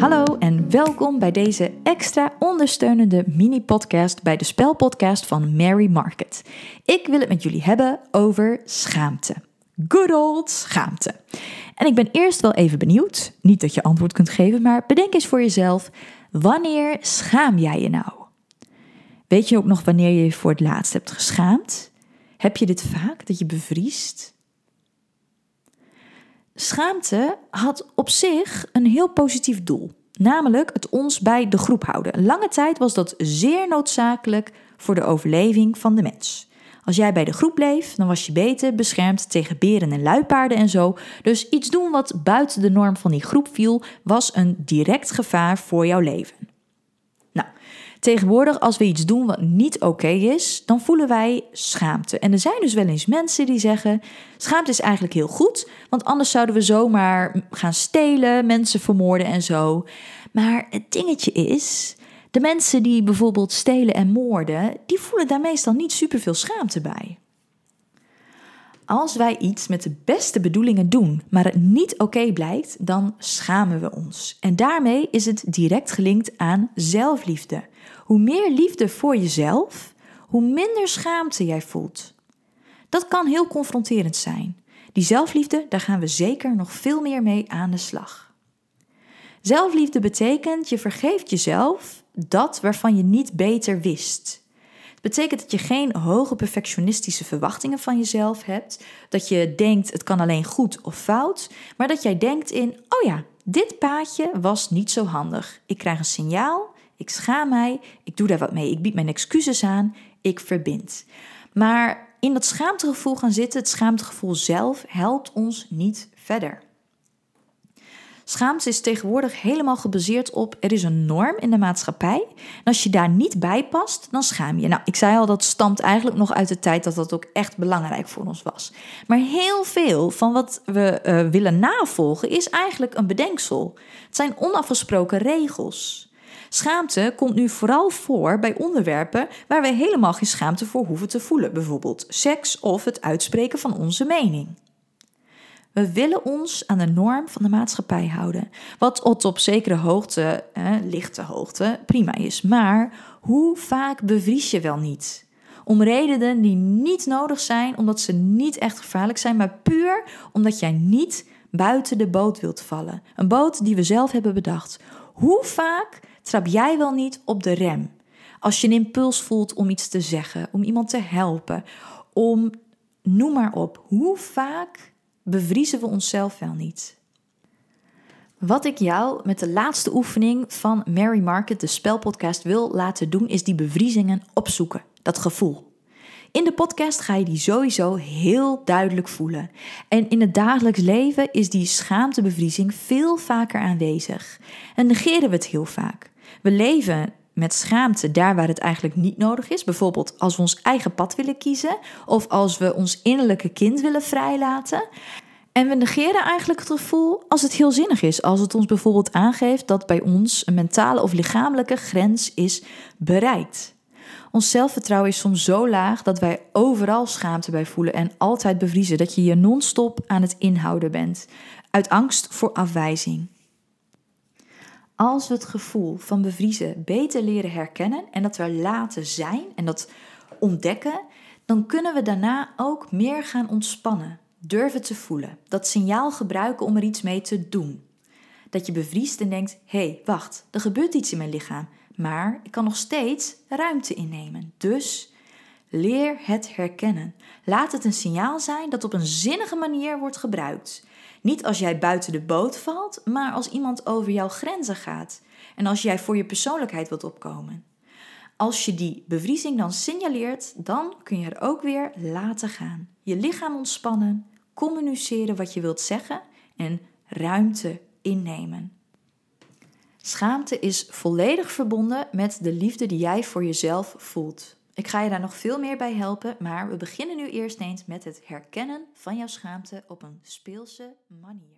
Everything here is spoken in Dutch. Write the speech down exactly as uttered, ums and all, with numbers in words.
Hallo en welkom bij deze extra ondersteunende mini-podcast bij de spelpodcast van Mary Market. Ik wil het met jullie hebben over schaamte. Good old schaamte. En ik ben eerst wel even benieuwd, niet dat je antwoord kunt geven, maar bedenk eens voor jezelf, wanneer schaam jij je nou? Weet je ook nog wanneer je je voor het laatst hebt geschaamd? Heb je dit vaak, dat je bevriest? Schaamte had op zich een heel positief doel, namelijk het ons bij de groep houden. Lange tijd was dat zeer noodzakelijk voor de overleving van de mens. Als jij bij de groep bleef, dan was je beter beschermd tegen beren en luipaarden en zo. Dus iets doen wat buiten de norm van die groep viel, was een direct gevaar voor jouw leven. Nou, tegenwoordig als we iets doen wat niet oké is, dan voelen wij schaamte. En er zijn dus wel eens mensen die zeggen, schaamte is eigenlijk heel goed, want anders zouden we zomaar gaan stelen, mensen vermoorden en zo. Maar het dingetje is, de mensen die bijvoorbeeld stelen en moorden, die voelen daar meestal niet superveel schaamte bij. Als wij iets met de beste bedoelingen doen, maar het niet oké blijkt, dan schamen we ons. En daarmee is het direct gelinkt aan zelfliefde. Hoe meer liefde voor jezelf, hoe minder schaamte jij voelt. Dat kan heel confronterend zijn. Die zelfliefde, daar gaan we zeker nog veel meer mee aan de slag. Zelfliefde betekent, je vergeeft jezelf dat waarvan je niet beter wist. Het betekent dat je geen hoge perfectionistische verwachtingen van jezelf hebt. Dat je denkt, het kan alleen goed of fout. Maar dat jij denkt in, oh ja, dit paadje was niet zo handig. Ik krijg een signaal, ik schaam mij, ik doe daar wat mee. Ik bied mijn excuses aan, ik verbind. Maar in dat schaamtegevoel gaan zitten, het schaamtegevoel zelf, helpt ons niet verder. Schaamte is tegenwoordig helemaal gebaseerd op, er is een norm in de maatschappij. En als je daar niet bij past, dan schaam je. Nou, ik zei al, dat stamt eigenlijk nog uit de tijd dat dat ook echt belangrijk voor ons was. Maar heel veel van wat we uh, willen navolgen is eigenlijk een bedenksel. Het zijn onafgesproken regels. Schaamte komt nu vooral voor bij onderwerpen waar we helemaal geen schaamte voor hoeven te voelen. Bijvoorbeeld seks of het uitspreken van onze mening. We willen ons aan de norm van de maatschappij houden. Wat tot op zekere hoogte, eh, lichte hoogte, prima is. Maar hoe vaak bevries je wel niet? Om redenen die niet nodig zijn, omdat ze niet echt gevaarlijk zijn, maar puur omdat jij niet buiten de boot wilt vallen. Een boot die we zelf hebben bedacht. Hoe vaak trap jij wel niet op de rem? Als je een impuls voelt om iets te zeggen, om iemand te helpen, om, noem maar op, hoe vaak bevriezen we onszelf wel niet? Wat ik jou met de laatste oefening van Mary Market, de spelpodcast, wil laten doen, is die bevriezingen opzoeken. Dat gevoel. In de podcast ga je die sowieso heel duidelijk voelen. En in het dagelijks leven is die schaamtebevriezing veel vaker aanwezig. En negeren we het heel vaak. We leven met schaamte daar waar het eigenlijk niet nodig is. Bijvoorbeeld als we ons eigen pad willen kiezen of als we ons innerlijke kind willen vrijlaten. En we negeren eigenlijk het gevoel als het heel zinnig is. Als het ons bijvoorbeeld aangeeft dat bij ons een mentale of lichamelijke grens is bereikt. Ons zelfvertrouwen is soms zo laag dat wij overal schaamte bij voelen en altijd bevriezen. Dat je je non-stop aan het inhouden bent. Uit angst voor afwijzing. Als we het gevoel van bevriezen beter leren herkennen en dat we laten zijn en dat ontdekken, dan kunnen we daarna ook meer gaan ontspannen, durven te voelen, dat signaal gebruiken om er iets mee te doen. Dat je bevriest en denkt, hé, hey, wacht, er gebeurt iets in mijn lichaam, maar ik kan nog steeds ruimte innemen. Dus leer het herkennen. Laat het een signaal zijn dat op een zinnige manier wordt gebruikt. Niet als jij buiten de boot valt, maar als iemand over jouw grenzen gaat. En als jij voor je persoonlijkheid wilt opkomen. Als je die bevriezing dan signaleert, dan kun je er ook weer laten gaan. Je lichaam ontspannen, communiceren wat je wilt zeggen en ruimte innemen. Schaamte is volledig verbonden met de liefde die jij voor jezelf voelt. Ik ga je daar nog veel meer bij helpen, maar we beginnen nu eerst eens met het herkennen van jouw schaamte op een speelse manier.